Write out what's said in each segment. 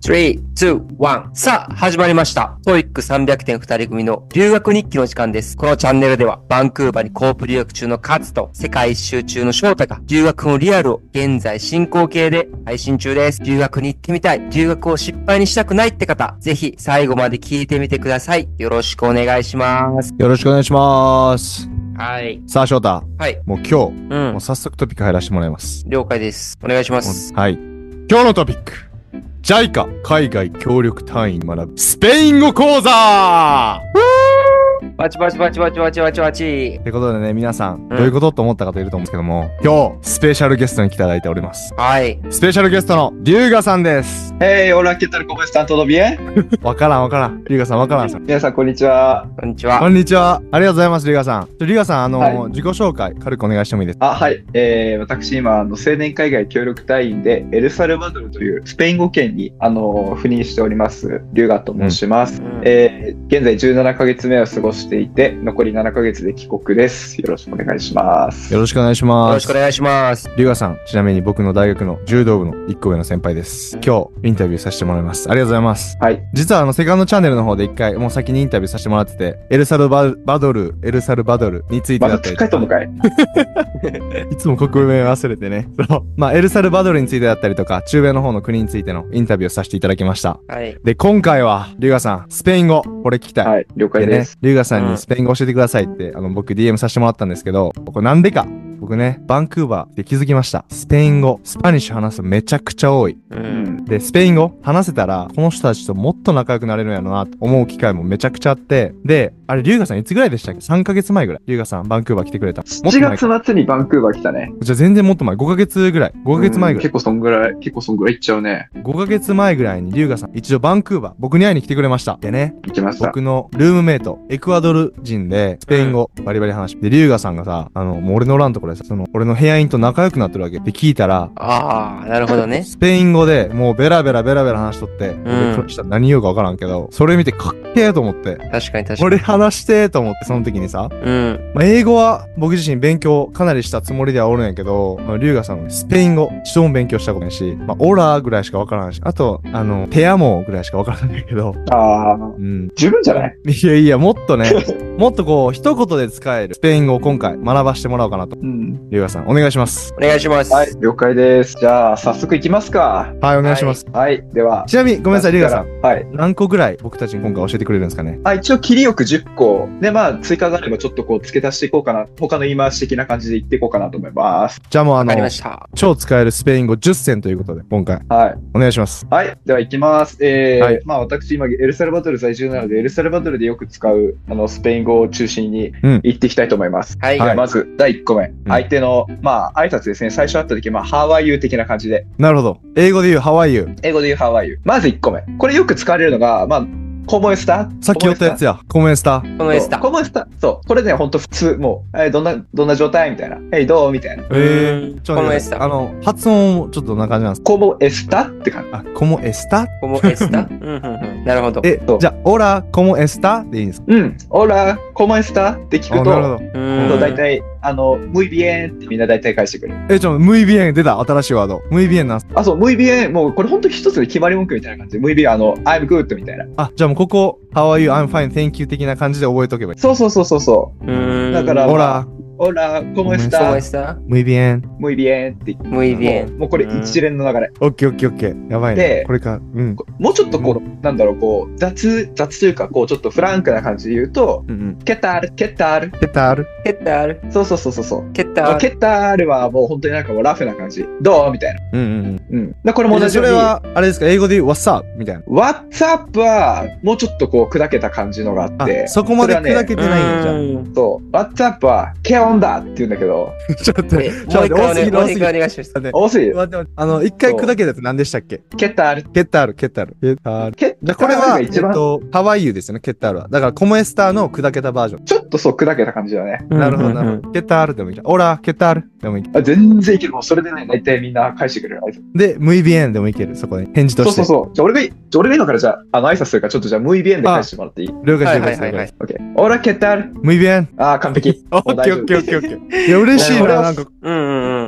3、2、1。さあ、始まりました。TOEIC300 点2人組の留学日記の時間です。このチャンネルでは、バンクーバーにコープ留学中のカツと、世界一周中の翔太が、留学のリアルを現在進行形で配信中です。留学に行ってみたい、留学を失敗にしたくないって方、ぜひ最後まで聞いてみてください。よろしくお願いします。 よろしくお願いします。 はい。 さあ、翔太。 はい。 もう今日、もう早速トピック入らせてもらいます。 了解です。お願いします。 はい。今日のトピック。JICA 海外協力隊員に学ぶスペイン語講座バチバチバチバチバチバチバチ。 ってことでね、皆さん、どういうことと思ったかといると思うんですけども、今日、スペシャルゲストに来ていただいております。 はい。 スペシャルゲストのリュウガさんです。 Hola, ¿qué tal? ¿Cómo están? ¿Todo bien? わからん。リュウガさんわからん。 皆さん、こんにちは。 こんにちは。 こんにちは。ありがとうございます、リュウガさん。リュウガさん、 はい、 自己紹介、軽くお願いしてもいいですか？ はい。私、今、青年海外協力隊員で、エルサルバドルというスペイン語圏に、赴任しております、リュウガと申します。現在17ヶ月目を過ごしていて、残り7ヶ月で帰国です。よろしくお願いします。 よろしくお願いします。 よろしくお願いします。 リュウガさん、ちなみに僕の大学の柔道部の1個上の先輩です。今日、インタビューさせてもらいます。ありがとうございます。 はい。 実はセカンドチャンネルの方で一回、もう先にインタビューさせてもらってて、エルサルバドルについてだったり。 まだ高いと思うかいいつも国名忘れてね。そう。まあ、エルサルバドルについてだったりとか、中米の方の国についてのインタビューをさせていただきました。 はい。 で、今回は、リュウガさん、スペイン語、これ聞きたい。 はい、了解です。 ね、リュウガさんにスペイン語教えてくださいって、僕 DM させてもらったんですけど、これなんでか。僕ね、バンクーバーで気づきました。スペイン語、スパニッシュ話すめちゃくちゃ多い。で、スペイン語話せたら、この人たちともっと仲良くなれるんやろな、と思う機会もめちゃくちゃあって、で、あれ、リュウガさんいつぐらいでしたっけ？ 3 ヶ月前ぐらい。リュウガさん、バンクーバー来てくれた。 7月末にバンクーバー来たね。 じゃあ全然もっと前、5ヶ月ぐらい。5ヶ月前ぐらい。 結構そんぐらい行っちゃうね。 5ヶ月前ぐらいにリュウガさん、一度バンクーバー、僕に会いに来てくれました。でね、 行きました。 僕のルームメイト、エクアドル人で、スペイン語、バリバリ話して、で、リュウガさんがさ、もう俺のおらんところでさ、俺の部屋員と仲良くなってるわけで聞いたら、 ああ、なるほどね。 スペイン語でもうベラベラ話しとって、俺したら何言うかわからんけど、それ見てかっけえと思って。 確かに。 俺話してーと思って、その時にさ。まあ、英語は僕自身勉強かなりしたつもりではおるんやけど、まあ、リュウガさんのスペイン語、一度も勉強したことないし、まあ、オラーぐらいしかわからんし、あと、テアモーぐらいしかわからないけど。 十分じゃない？ いや、もっとね、もっとこう、一言で使えるスペイン語を今回学ばしてもらおうかなと。リュウガさん、お願いします。 お願いします。 はい、了解です。じゃあ、早速いきますか。 はい、お願いします。 はい、では。 ちなみに、ごめんなさい、リュウガさん。 はい。 何個ぐらい僕たちに今回教えてくれるんですかね？ 一応、切りよく10個。で、まあ、追加があればちょっとこう、付け足していこうかな。他の言い回し的な感じで言っていこうかなと思います。 じゃあもう超使えるスペイン語10選ということで、今回。はい。お願いします。 はい。では、いきます。はい、まあ、私、今、エルサルバドル在住なので、エルサルバドルでよく使う、スペイン語を中心に言っていきたいと思います。はい。まず、第1個目。相手の、まあ、挨拶ですね。最初会った時、まあ、How are you 的な感じで。 なるほど。英語で言う How are you。 英語で言う How are you。まず1個目。これよく使われるのが、まあ、¿Cómo está？ さっき言ったやつや。¿Cómo está？ ¿Cómo está？そう。これね、ほんと普通、もう、どんな状態みたいな。どうみたいな。 ¿Cómo está？発音ちょっとどんな感じなんですか？ ¿Cómo está？って感じ。 ¿Cómo está？¿Cómo está？なるほど。 じゃあ、Hola, ¿cómo está？でいいんですか ？Hola, ¿cómo está？って聞くと、 なるほど。 大体、muy bien ってみんな大体返してくれる。 muy bien 出た、新しいワード。muy bien なんすか？ そう、muy bien。もう、これほんと一つで決まり文句みたいな感じで、muy bien、I'm good みたいな。 じゃあもうここ、How are you? I'm fine, thank you 的な感じで覚えとけばいい。 そう。だから、Hola, ¿cómo está? Muy bien. Muy bien って言って。 Muy bien。 もうこれ一連の流れ。 オッケー。やばいね。で、これか。 もうちょっとこう、なんだろう、こう、雑というか、こう、ちょっとフランクな感じで言うと、¿Qué tal? ¿Qué tal? ¿Qué tal? ¿Qué tal? そう。 ¿Qué tal? ¿Qué tal? はもう本当になんかもうラフな感じ。どうみたいな。これも同じように。 それは、あれですか、英語で言う What's up? みたいな。 What's up? は、もうちょっとこう、砕けた感じのがあって。 そこまで砕けてないんじゃん。 そう。What's up? は、¿Qué onda? って言うんだけど、 ちょっと待って、 もう一回お願いします。 多すぎる。 一回砕けたやつ何でしたっけ？ ケッタール。 じゃこれは、How are you ですよね、ケッタールは。だから、コモエスターの砕けたバージョン。 ちょっとそう、砕けた感じだね。 なるほど。ケッタールでもいいじゃん。オラ、ケッタールでもいい。 全然いける。もうそれでね、大体みんな返してくれる。 で、muy bien でもいける。そこで。返事として。 そう。じゃあ俺が今からじゃあ、挨拶するから、ちょっとじゃあ、muy bien で返してもらっていい？ 了解してください。 OK。オラ、ケッタール。 muy bien。 完璧。 オッケー。いや、嬉しいな、なんか。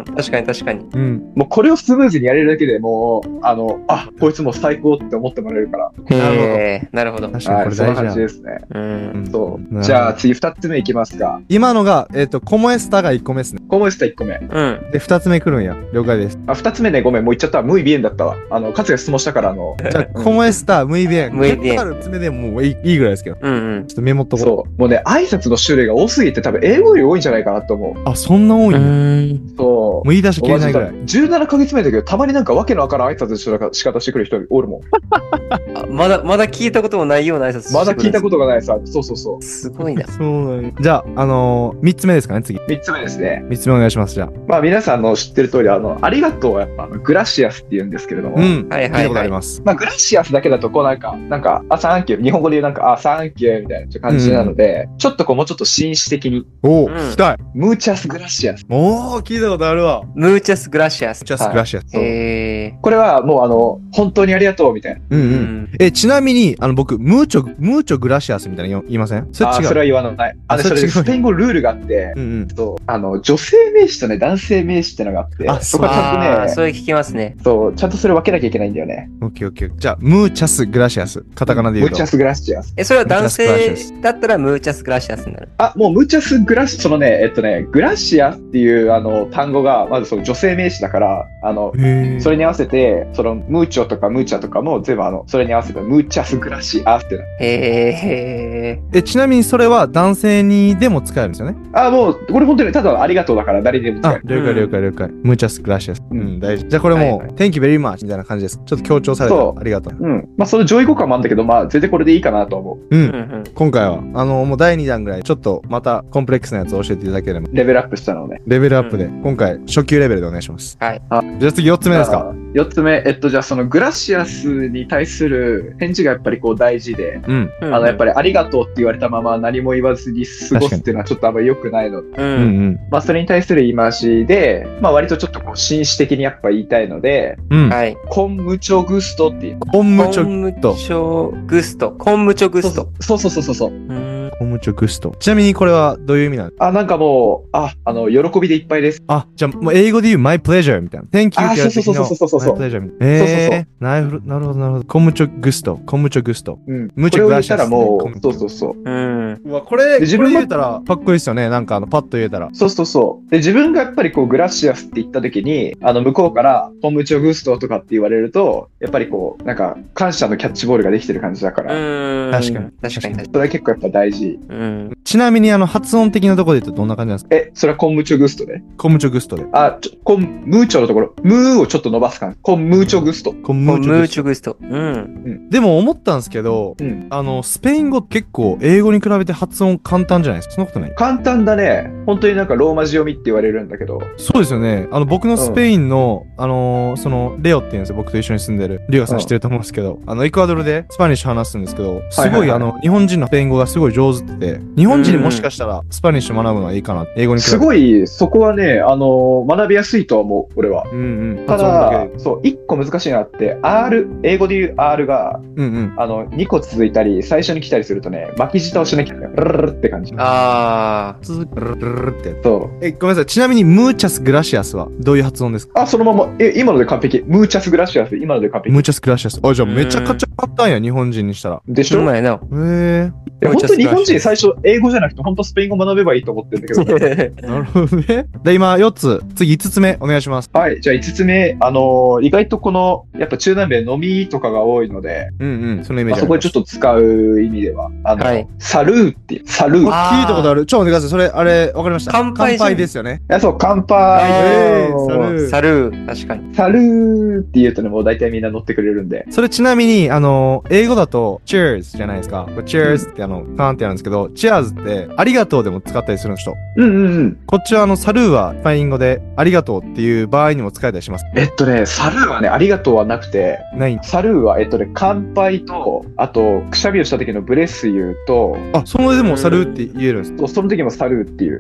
確かに確かに。 うん。 もうこれをスムーズにやれるだけでもう、こいつもう最高って思ってもらえるから。 へえ、なるほど。 確かにこれそんな大事だ。 感じですね。 うん。 そう。じゃあ次2つ目いきますか。 今のが、コモエスタが1個目ですね。 コモエスタ1個目。 うん。 で、2つ目来るんや。了解です。 あ、2つ目ね、ごめん、もう言っちゃった。ムイビエンだったわ。カツが質問したから、 じゃあ、コモエスタ、ムイビエン。 ムイビエン結構ある爪でもういいぐらいですけど。ちうんうん。 ょっとメモっとこそう。もうね、挨拶の種類が多すぎて多分英語より多いんじゃないかなと思う。 う。あ、そんな多いんや。もそう。 う言い出しきれないぐらい。 17ヶ月目だけど、たまになんかわけのわからん挨拶の仕方してくる人おるもん。 あまだ聞いたこともないような挨拶してくるまだ聞いたこととがないさ。そうそうそう。 すごいな。 そうなんや。じゃあ、3つ目ですかね、次。 3つ目ですね。 3つ目お願いします、じゃあ。 まあ皆さんの知ってる通り、ありがとうはやっぱグラシアスって言うんですけれども。 うん。 はいはいはい聞いたことあります。 まあグラシアスだけだとこうなんか、サンキュー。日本語で言うなんか、サンキューみたいな感じなので、ちょっとこうもうちょっと紳士的に、 おお、 うん聞きたい。 ムーチャスグラシアス。 おお、聞いたことあるわ。 ムーチャスグラシアス。 ジャスグラシアス。 へえ。 これはもう本当にありがとうみたいな。 うんうん。ちなみに、僕、ムーチョグラシアスみたいなの言いません？それ違う。 それは言わない。それスペイン語ルールがあって、 うんうん。 そう女性名詞とね、男性名詞ってのがあって、そこはちゃんとね、 それ聞きますね。 そう、ちゃんとそれ分けなきゃいけないんだよね。 オッケーオッケー。じゃあ、ムーチャスグラシアス。カタカナで言うと。 ムーチャスグラシアス。 それは男性だったらムーチャスグラシアスになる。 もうムーチャスグラシ、そのね、グラシアっていう単語が、まずその女性名詞だから、それに合わせて、そのムーチョとかムーチャとかも全部それに合わせてムーチャスグラシアってなる。 へえ。 ちなみにそれは男性にでも使えるんですよね。 もう、これ本当にただありがとうだから誰にでも使える。 了解了解了解。ムーチャスグラシアス。大事。じゃあこれもう、Thank you very much みたいな感じです。ちょっと強調された。ありがとう。 まあその上位互換もあるんだけど、まあ全然これでいいかなと思う。今回は、もう第2弾ぐらい、ちょっとまたコンプレックスなやつを教えていただければ。 レベルアップしたのね。 レベルアップで、今回、初級レベルでお願いします。 はい。 じゃあ次4つ目ですか。 4つ目、じゃあそのグラシアスに対する返事がやっぱりこう大事で、やっぱりありがとうって言われたまま何も言わずに過ごすっていうのはちょっとあんまり良くないので、まあそれに対する言い回しで、まあ割とちょっとこう紳士的にやっぱ言いたいので、 はい。 コンムチョグストっていう。 コンムチョグスト。コンムチョグスト。 そうそうそうそうそう。 コンムチョグスト。ちなみにこれはどういう意味なの？ なんかもう、喜びでいっぱいです。 じゃあもう英語で言う my pleasure みたいな。Thank you ってやる時の my pleasure みたいな。なるほどなるほど。コンムチョグスト。コンムチョグスト。 ムチョグラシアス。そうそう。 これ言えたらかっこいいですよね。なんかパッと言えたら。 そうそうそう。で、自分がやっぱりこうグラシアスって言った時に、向こうからコンムチョグストとかって言われると、やっぱりこう、なんか感謝のキャッチボールができてる感じだから。 確かに。 それは結構やっぱ大事。 ちなみに発音的なところで言うとどんな感じなんですか？ それはコンムチョグストで。 コンムチョグストで。 ムーチョのところ、ムーをちょっと伸ばす感じ。コンムーチョグスト。 コンムーチョグスト。でも思ったんですけど、スペイン語結構英語に比べて発音簡単じゃないですか。そんなことない？ 簡単だね。本当になんかローマ字読みって言われるんだけど。 そうですよね。僕のスペインの、その、レオって言うんですよ。僕と一緒に住んでる。リュウガさん知ってると思うんですけど、エクアドルでスパニッシュ話すんですけど、すごい日本人のスペイン語がすごい上手で、日本人にもしかしたらスパニッシュ学ぶのはいいかな。英語に比べて。 すごい、そこはね、学びやすいとは思う、俺は。ただ、そう、一個難しいなって、英語で言う R が、2個続いたり、最初に来たりするとね、巻き舌をしなきゃいけない。ルルルって感じ。 続くルルルって。 そう。 ごめんなさい。ちなみに、ムーチャスグラシアスはどういう発音ですか？ そのまま、今ので完璧。ムーチャスグラシアス、今ので完璧。 ムーチャスグラシアス。じゃあめちゃくちゃ簡単や、日本人にしたら。 でしょ？ へえ。本当に日本人最初、英語じゃなくて、本当スペイン語学べばいいと思ってるんだけど。なるほどね。で、今4つ。次5つ目、お願いします。 はい。じゃあ5つ目、意外とやっぱ中南米飲みとかが多いので、 そのイメージ。 そこでちょっと使う意味では、サルーっていう、サルー。 聞いたことある。ちょっと待ってください。それ、あれ、わかりました。乾杯ですよね。 そう、乾杯。 サルー。確かに。 サルーって言うとね、もう大体みんな乗ってくれるんで。 それちなみに、英語だと、cheers じゃないですか。cheers ってカーンってやるんですけど、cheers って、ありがとうでも使ったりするんですよ。こっちはサルーはスペイン語で、ありがとうっていう場合にも使えたりします。 サルーはね、ありがとうはなくて、サルーは、乾杯と、あと、くしゃみをした時のブレスユーと、 そのでもサルーって言えるんですか？ その時もサルーっていう。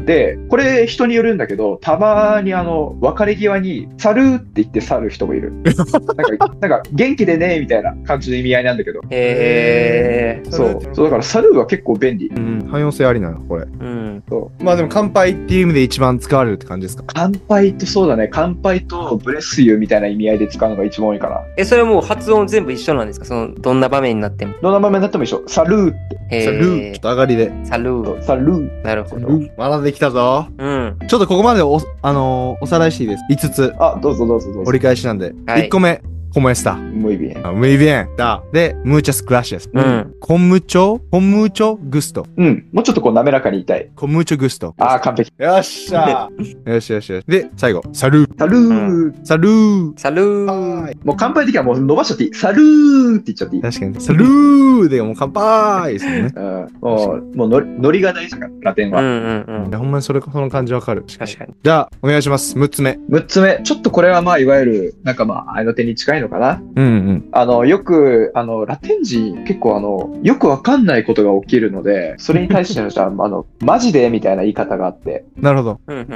で、これ人によるんだけど、たまに別れ際に、サルーって言って去る人もいる。なんか、元気でね、みたいな感じの意味合いなんだけど。 へー。 そう、だからサルーは結構便利。 うん、汎用性ありなの、これ。 うん。 まあでも乾杯っていう意味で一番使われるって感じですか？ 乾杯とそうだね。乾杯とブレスユーみたいな意味合いで使うのが一番多いかな。 それはもう発音全部一緒なんですか？どんな場面になっても。 どんな場面になっても一緒。サルーって。 サルー。ちょっと上がりで。 サルー。 サルー。 なるほど。 まだできたぞ。 うん。 ちょっとここまでおさらいしていいです？5つ。 あ、どうぞどうぞどうぞ。 折り返しなんで。 はい。 1個目。¿Cómo está? Muy bien. Muy bien. Da. De, muchas gracias. うん。 Con mucho gusto. うん。もうちょっとこう滑らかに言いたい。 con mucho gusto. ああ、完璧。 よっしゃー。よしよしよし。で、最後。サルー。 サルー。 サルー。 サルー。 はい。 もう乾杯的にはもう伸ばしちゃっていい。サルーって言っちゃっていい。 確かに。サルーでもう乾杯ですよね。 うん。もうノリが大事だから、ラテンは。 うんうんうん。 ほんまにその感じわかる。 確かに。 じゃあ、お願いします。6つ目。 6つ目。ちょっとこれはまあ、いわゆる、なんかまあ、合いの手に近いのかな。 うんうん。 よく、ラテン人、結構よくわかんないことが起きるので、それに対しての、じゃあ、マジでみたいな言い方があって、 なるほど。 うんうん。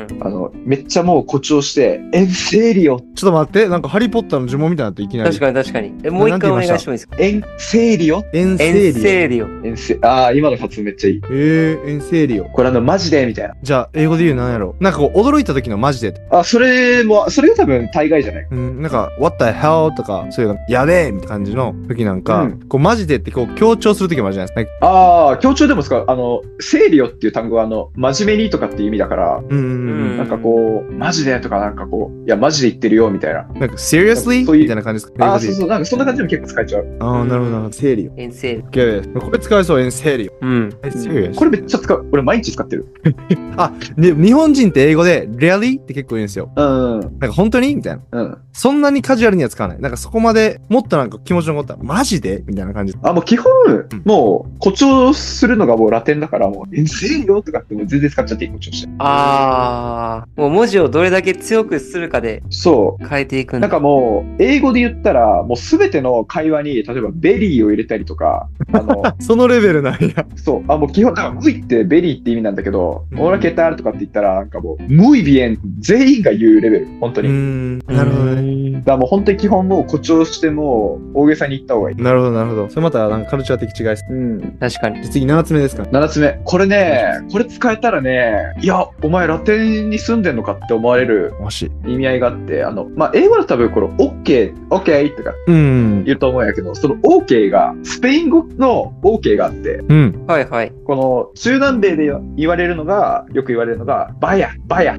めっちゃもう誇張して、エンセーリオ。 ちょっと待って、なんかハリーポッターの呪文みたいになっていきなり。 確かに確かに。もう一回お願いしてもいいですか？ エンセーリオ。 エンセエンーリセーリオ。 今の発音めっちゃいい。 エンセーリオ。 これマジでみたいな。 じゃあ、英語で言うなんやろ。なんかこう、驚いた時のマジで。 それが多分大概じゃない。 うん、なんか、what the hell とか、そういうの、やべえみたいな感じの時なんか、こう、マジでってこう、強調する時もあるじゃないですか。 強調でも使う。セーリオっていう単語は真面目にとかっていう意味だから、なんかこう、マジでとかなんかこう、いや、マジで言ってるよみたいな。 なんか、seriously? みたいな感じですか？ そうそう、なんかそんな感じでも結構使えちゃう。 なるほど、セーリオ。 エンセーリオ。 OK。これ使えそう、エンセーリオ。 うん。 これめっちゃ使う。俺毎日使ってる。 日本人って英語で、really? って結構言うんですよ。なんか、本当にみたいな。そんなにカジュアルには使わない。なんかそこまで、もっとなんか気持ちのこったら、マジでみたいな感じ。 もう基本、もう誇張するのがもうラテンだから、もう、エンセーリオとかってもう全然使っちゃっていい、誇張して。 もう文字をどれだけ強くするかで、変えていくんだ。 なんかもう、英語で言ったら、もうすべての会話に、例えばベリーを入れたりとか、 そのレベルなんや。 そう。もう基本、だから、ムイってベリーって意味なんだけど、オーラケタールとかって言ったら、なんかもう、ムイビエン、全員が言うレベル。本当に。 なるほどね。 だからもう本当に基本もう誇張しても大げさに言った方がいい。 なるほど、なるほど。それまたなんかカルチャー的違いです。 確かに。 次7つ目ですか？ 7つ目。これね、これ使えたらね、いや、お前ラテンに住んでんのかって思われる意味合いがあって、英語だと多分この OK とか言うと思うんやけど、その OK が、スペイン語の OK があって、 はいはい。 この中南米でよく言われるのが、バヤ。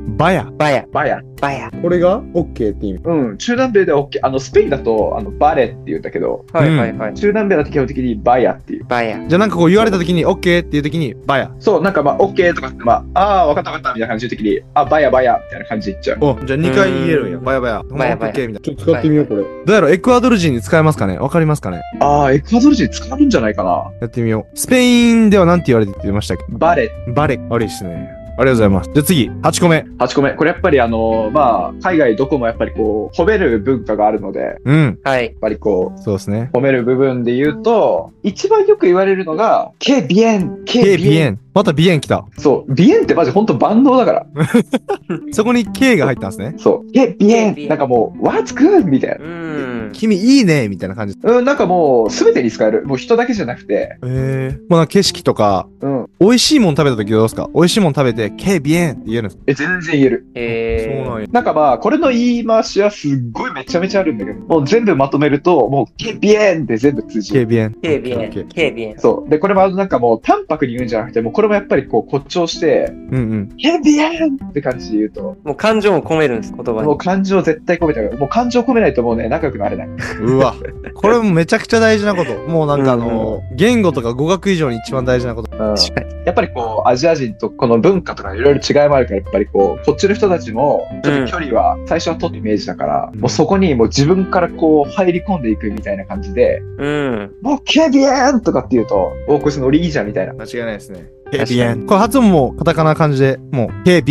これが OK って意味。 中南米では OK。スペインだと、バレって言うんだけど、 はいはいはい。 中南米だと基本的にバヤっていう。 バヤ。 じゃあなんかこう言われた時に OK っていう時にバヤ。 そう、なんかOK とかって、わかったみたいな感じの時に、バヤみたいな感じで言っちゃう。 じゃあ2回言えるんや。バヤ。 バヤ。 OK みたいな。ちょっと使ってみよう、これ。どうやろうエクアドル人に使えますかね？わかりますかね？ エクアドル人使えるんじゃないかな。 やってみよう。スペインではなんて言われてましたっけ？ バレ。 あれですね。ありがとうございます。じゃあ次、8個目。 8個目。これやっぱり海外どこもやっぱりこう、褒める文化があるので、 はい。 やっぱりこう、 そうですね。 褒める部分で言うと、一番よく言われるのが、ケビエン。 またビエン来た。 そう。ビエンってマジほんと万能だから。 そこに K が入ったんですね。 そう。ビエン。なんかもう、What's good? みたいな。 君いいねみたいな感じ。 なんかもう、すべてに使える。もう人だけじゃなくて。 もうなんか景色とか、美味しいもん食べた時どうですか？美味しいもん食べて、ケビエンって言えるんですか？ 全然言える。 そうなんや。 なんかこれの言い回しはすっごいめちゃめちゃあるんだけど、もう全部まとめると、もうケビエンって全部通じる。 ケビエン。 そう。で、これもなんかもう淡白に言うんじゃなくて、もうこれもやっぱりこう誇張して、ケビエンって感じで言うと。 もう感情も込めるんです、言葉に。 もう感情絶対込めてる。もう感情込めないともうね、仲良くなれない。 うわ。これもめちゃくちゃ大事なこと。もうなんか言語とか語学以上に一番大事なこと。 やっぱりこう、アジア人とこの文化とかいろいろ違いもあるから、やっぱりこう、こっちの人たちも、ちょっと距離は最初は取るイメージだから、もうそこにもう自分からこう、入り込んでいくみたいな感じで、もうケビエンとかって言うと、こいつノリいいじゃんみたいな。 間違いないですね。ケビエン。これ発音もカタカナ感じで、もう、ケビエン。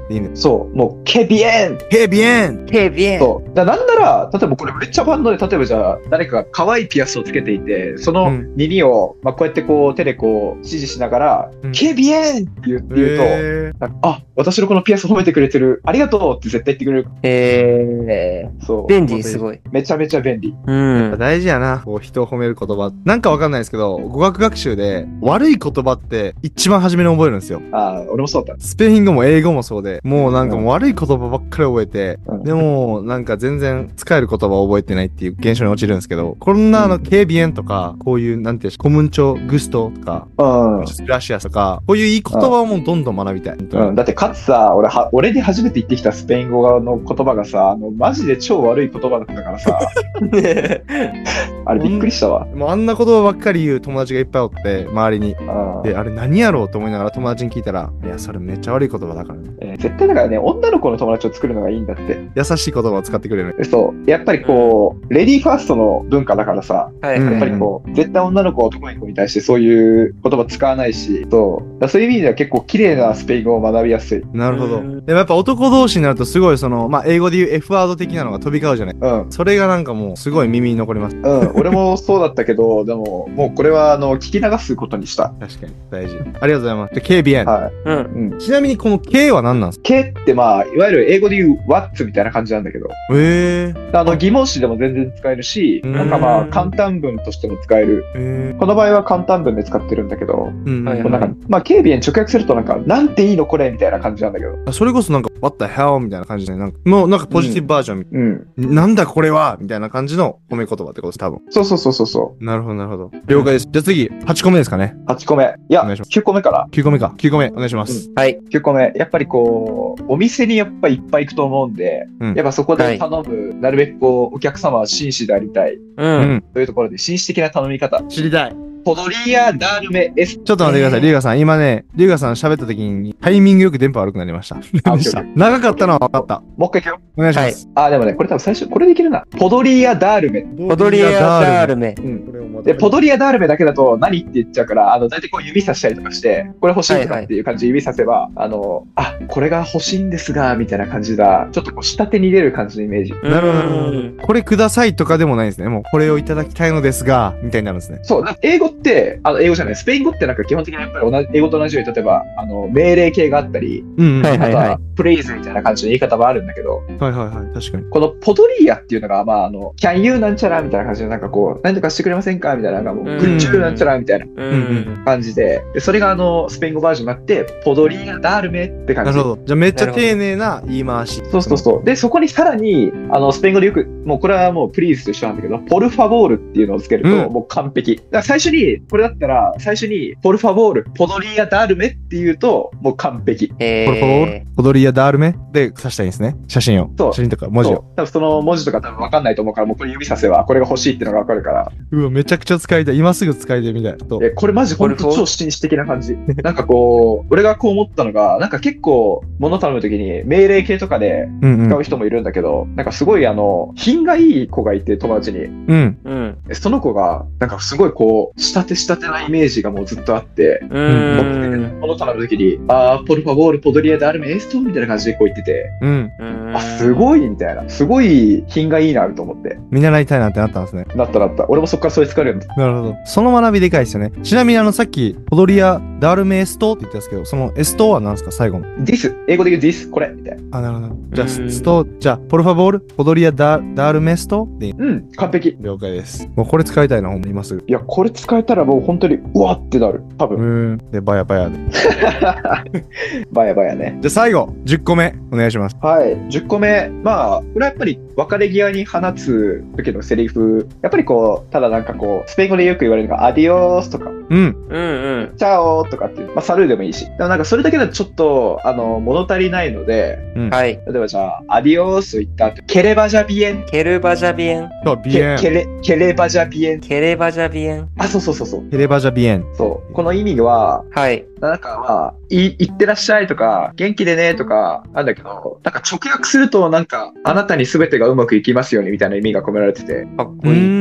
いいね。 そう、もう、ケビエンケビエンケビエン。 そう。なんなら、例えばこれめっちゃバンドで、例えばじゃあ、誰かが可愛いピアスをつけていて、その耳を、まあ、こうやってこう、手でこう、指示しながら、ケビエンって言うと、なんかあ、私のこのピアス褒めてくれてる、ありがとうって絶対言ってくれる。そう。 便利、すごい。 めちゃめちゃ便利。 やっぱ大事やな。こう人を褒める言葉。なんかわかんないですけど、語学学習で悪い言葉って一番初めに覚えるんですよ。 ああ、俺もそうだった。 スペイン語も英語もそうで、もうなんかもう悪い言葉ばっかり覚えて、でもなんか全然使える言葉を覚えてないっていう現象に陥るんですけど、こんなケビエンとか、こういうなんていうコムンチョグストとか、グラシアスとか、こういういい言葉をもうどんどん学びたい。 だってかつさ、俺で初めて言ってきたスペイン語の言葉がさ、マジで超悪い言葉だったからさ、あれびっくりしたわ。 もうあんな言葉ばっかり言う友達がいっぱいおって、周りに。で、あれ何やろうと思いながら友達に聞いたら、いや、それめっちゃ悪い言葉だからね。 絶対だからね、女の子の友達を作るのがいいんだって。 優しい言葉を使ってくれる。 そう。やっぱりこう、レディーファーストの文化だからさ、やっぱりこう、絶対女の子は男の子に対してそういう言葉使わないし、そういう意味では結構綺麗なスペイン語を学びやすい。 なるほど。でもやっぱ男同士になるとすごいまあ、英語で言う F ワード的なのが飛び交うじゃない。それがなんかもうすごい耳に残ります。 俺もそうだったけど、でも、もうこれは聞き流すことにした。 確かに。大事。ありがとうございます。で、K ビエン。 はい。 ちなみにこの K は何なんですか？ K ってまあ、いわゆる英語で言う What みたいな感じなんだけど。疑問詞でも全然使えるし、なんかまあ、簡単文としても使える。この場合は簡単文で使ってるんだけど、なんか、まあ、K ビエン直訳するとなんか、なんていいのこれみたいな感じなんだけど。 それこそなんか、What the hell みたいな感じで、なんかポジティブバージョン。なんだこれはみたいな感じの褒め言葉ってことです、多分。 そう。 なるほど、なるほど。了解です。じゃあ次、8個目ですかね。 8個目。いや、9個目かな。 9個目か。9個目、お願いします。 はい。 9個目。やっぱりこう、お店にやっぱりいっぱい行くと思うんで、やっぱそこで頼む、なるべくこう、お客様は紳士でありたい。というところで、紳士的な頼み方。 知りたい。 ポドリア・ダルメ・エス。 ちょっと待ってください、リュウガさん。今ね、リュウガさん喋った時にタイミングよく電波悪くなりました。長かったのは分かった。 もう一回いくよ。 お願いします。 でもね、これ多分最初、これでいけるな。ポドリア・ダルメ。 ポドリア・ダルメ。 で、ポドリア・ダルメだけだと何って言っちゃうから、大体こう指さしたりとかして、これ欲しいとかっていう感じで指させば、これが欲しいんですが、みたいな感じだ。ちょっとこう下手に出る感じのイメージ。 なるほど。これくださいとかでもないですね。もうこれをいただきたいのですが、みたいになるんですね。 そう、英語って、英語じゃない、スペイン語ってなんか基本的にやっぱり英語と同じように、例えば、命令形があったり、あとは、プレイズみたいな感じの言い方もあるんだけど、 確かに。 このポドリアっていうのが、まあ、can you なんちゃらみたいな感じで、なんかこう、何とかしてくれませんかみたいな、なんかもう、グッチューなんちゃらみたいな感じで、それがスペイン語バージョンになって、ポドリア・ダルメって感じ。 なるほど。じゃあめっちゃ丁寧な言い回し。 そう。で、そこにさらに、スペイン語でよく、もうこれはもうプリーズと一緒なんだけど、ポルファボールっていうのをつけると、もう完璧。だから最初に、これだったら、最初に、ポルファボール、ポドリア・ダルメっていうと、もう完璧。 ポルファボール、ポドリア・ダルメで刺したいんですね。写真を。写真とか文字を。 多分その文字とか多分分かんないと思うから、もうこれ指させば、これが欲しいっていうのが分かるから。 うわ、めちゃくちゃ使いたい。今すぐ使いたいみたい。 これマジほんと超紳士的な感じ。なんかこう、俺がこう思ったのが、なんか結構、物頼むときに命令形とかで使う人もいるんだけど、なんかすごい品がいい子がいて、友達に。その子が、なんかすごいこう、仕立てなイメージがもうずっとあって、物頼むときに、ポルファボール、ポドリア・ダルメ・エストみたいな感じでこう言ってて、すごいみたいな。すごい品がいいなと思って。 見習いたいなってなったんですね。 なった。俺もそっからそれ使えるようになった。 なるほど。その学びでかいですよね。ちなみにさっき、ポドリア・ダルメ・エストって言ったんですけど、そのエストは何ですか、最後の。 this。英語で言う this。これ。みたいな。 なるほど。じゃあ、ポルファボール、ポドリア・ダルメ・エストでいい？ 完璧。 了解です。もうこれ使いたいな、ほんま今すぐ。 いや、これ使えたらもう本当に、うわってなる。多分。 で、バヤバヤで。 バヤバヤね。 じゃあ最後、10個目、お願いします。 はい。10個目。まあ、これはやっぱり別れ際に放つ時のセリフ。やっぱりこう、ただなんかこう、スペイン語でよく言われるのが、アディオースとか。チャオとかっていう。まあ、サルーでもいいし。でもなんかそれだけだとちょっと、物足りないので、 はい。 例えばじゃあ、アディオースを言った後、ケレバジャビエン。 ケルバジャビエン。 ケレバジャビエン。 ケレバジャビエン。 そう。 ケレバジャビエン。 そう。この意味は、はい。なんかまあ、いってらっしゃいとか、元気でねとか、なんだけど、なんか直訳するとなんか、あなたに全てがうまくいきますようにみたいな意味が込められてて。 かっこいい。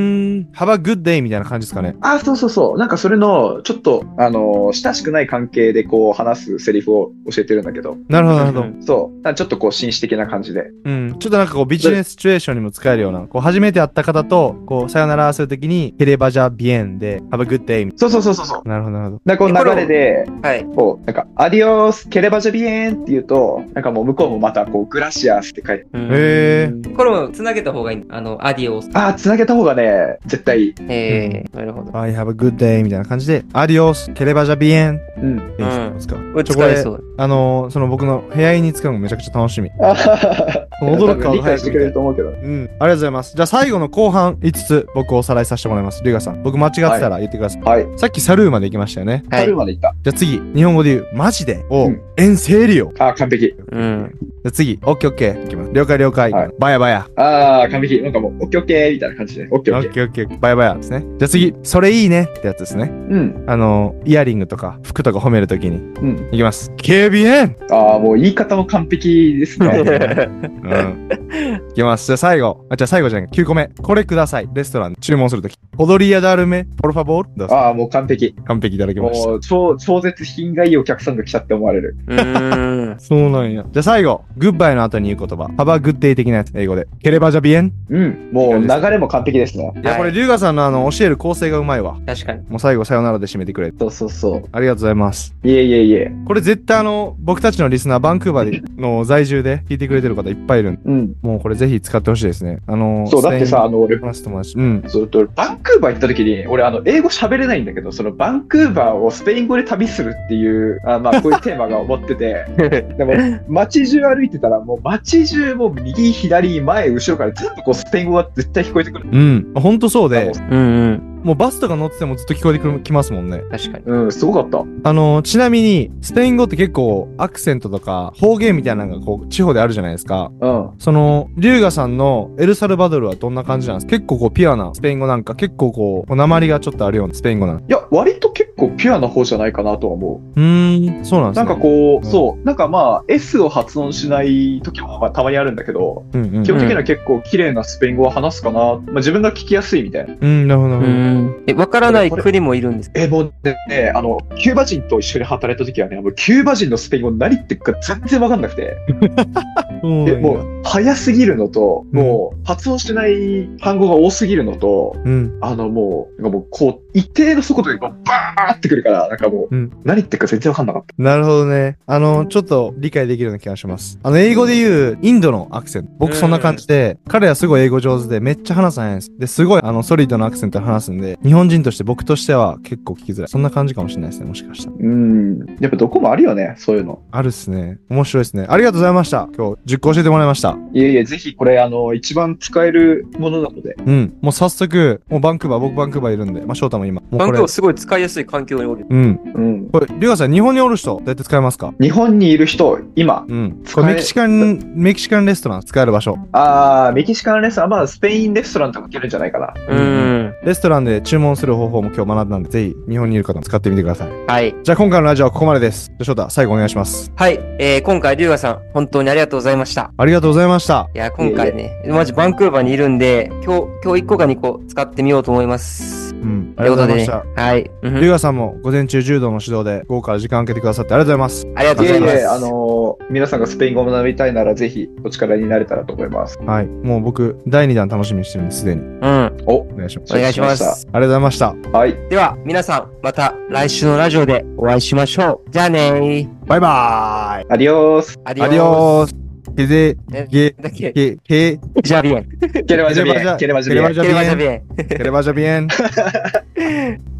have a good day みたいな感じですかね。 あ、そうそうそう。なんかそれの、ちょっと、親しくない関係でこう話すセリフを教えてるんだけど。 なるほど、なるほど。 そう。だからちょっとこう紳士的な感じで。 うん。ちょっとなんかこうビジネスシチュエーションにも使えるような、こう初めて会った方と、こうさよならするときに、ケレバジャビエンで、have a good day。 そうそうそうそう。 なるほど、なるほど。 だからこの流れで、 はい。 こう、なんか、アディオス、ケレバジャビエンって言うと、なんかもう向こうもまたこう、グラシアスって書いて。 へー。 これも繋げた方がいい。アディオス。 ああ、繋げた方がね、絶対いい。 なるほど。 I have a good day みたいな感じで、アディオス、ケレバジャビエン。 うん。 ですか。 これ使えそう。 その僕の部屋に使うのめちゃくちゃ楽しみ。 あはは驚く顔理解してくれると思うけど。 うん。ありがとうございます。じゃあ最後の後半5つ僕おさらいさせてもらいます。リュウガさん。僕間違ってたら言ってください。 はい。 さっきサルーまで行きましたよね。 はいサルまで行った。 じゃあ次、日本語で言う、マジでを、 うんエンセリオ。じああ、完璧。 うん。 ゃあ次、オッケーオッケー。いきます。了解了解。 はいバヤバヤ。 ああ、完璧。なんかもう、オッケーオッケーみたいな感じで。オッケーオオッケー。 ッケーオッケー。バヤバヤですね。じゃあ次、それいいねってやつですね。 うん。 イヤリングとか服とか褒めるときに。 うん。 いきます。ケビエンああ、もう言い方も完璧ですね。 うん。いきます。じゃあ最後。じゃあ最後じゃない。9個目。これください。レストランで注文するとき。ポドリアダルメ、ポルファボールどうぞ。 ああ、もう完璧。 完璧いただきました。 もう、超絶品がいいお客さんが来たって思われる。 そうなんや。じゃあ最後。グッバイの後に言う言葉。Have a good day 的なやつ。英語で。ケレバジャビエンうん。もう流れも完璧ですね。 いや、これ、リュウガさんの教える構成がうまいわ。 確かに。 もう最後、さよならで締めてくれ。 そうそうそう。 ありがとうございます。 いえいえいえ。 これ絶対僕たちのリスナー、バンクーバーの在住で聞いてくれてる方いっぱいいるんで、 うん。 もうこれぜひ使ってほしいですね。 そう、だってさ、俺、 話す友達。うん。 そうバンクーバー行った時に、俺、英語喋れないんだけど、そのバンクーバーをスペイン語で旅するっていう、まあ、こういうテーマが思ってて、でも、街中歩いてたら、もう街中もう右、左、前、後ろから全部こうスペイン語が絶対聞こえてくる。 うん。ほんとそうで、 うんうん。 もうバスとか乗っててもずっと聞こえてきますもんね。 確かに。 うん、すごかった。 ちなみに、スペイン語って結構アクセントとか方言みたいなのがこう、地方であるじゃないですか。 うん。 リュウガさんのエルサルバドルはどんな感じなんですか？結構こう、ピュアなスペイン語なんか、結構こう、訛りがちょっとあるようなスペイン語なん。 いや、割と結構ピュアな方じゃないかなとは思う。 そうなんですね。 なんかこう、 うんそう、なんかまあ、S を発音しない時もまあたまにあるんだけど、 うんうん。 基本的には結構綺麗なスペイン語を話すかな。まあ自分が聞きやすいみたいな。 うん、なるほど、なるほど。 わからない国もいるんですか？ もうね、キューバ人と一緒に働いた時はね、もうキューバ人のスペイン語何言ってるか全然わかんなくて、 そうなんやもう早すぎるのと、 うんもう発音してない単語が多すぎるのと、 うん。 もうこう、一定の速度でこうバーってくるから、なんかもう、 うん何言ってるか全然わかんなかった。 なるほどね。ちょっと理解できるような気がします。英語で言うインドのアクセント。僕そんな感じで、彼はすごい英語上手でめっちゃ話さないんです。で、すごいソリッドのアクセントで話すんで、日本人として僕としては結構聞きづらい。そんな感じかもしれないですね、もしかしたら。 やっぱどこもあるよね、そういうの。 あるっすね。面白いですね。ありがとうございました。今日10個教えてもらいました。 いえいえ、ぜひこれ、一番使えるものなので。 うん。もう早速、もう僕バンクーバーいるんで、まあ翔太も今。もうこれバンクーバーすごい使いやすい環境におる。 うん。 うん。 これ、リュウガさん、日本におる人、どうやって使えますか？ 日本にいる人、今、 うん。 使えこれメキシカンレストラン使える場所。 メキシカンレストラン、まあ、スペインレストランとか行けるんじゃないかな。 レストランで注文する方法も今日学んだんで、ぜひ日本にいる方も使ってみてください。 はい。 じゃあ今回のラジオはここまでです。じゃあ翔太、最後お願いします。 はい。今回、リュウガさん、本当にありがとうございました。 ありがとうございました。 いや、今回ね、マジバンクーバーにいるんで、今日1個か2個使ってみようと思います。 うん。あということでねりがとうございました。 はい。 リュウガさんも午前中柔道の指導で午後から時間を空けてくださってありがとうございます。 ありがとうございます。 いえいえ、皆さんがスペイン語を学びたいなら、ぜひお力になれたらと思います。 はい。もう僕、第2弾楽しみにしてるんです、すでに。 お願いします。 お願いします。 ありがとうございました。 はい。 では、皆さん、また来週のラジオでお会いしましょう。じゃあねー。 バイバーイ。 アディオース。 アデアディオース。ゲゼ、ゲ、 だっけゲ、 じゃあビエン。 ケレバジャビエン。ケレバジャビエン。 ケレバジャビエン。 ケレバジャビエン。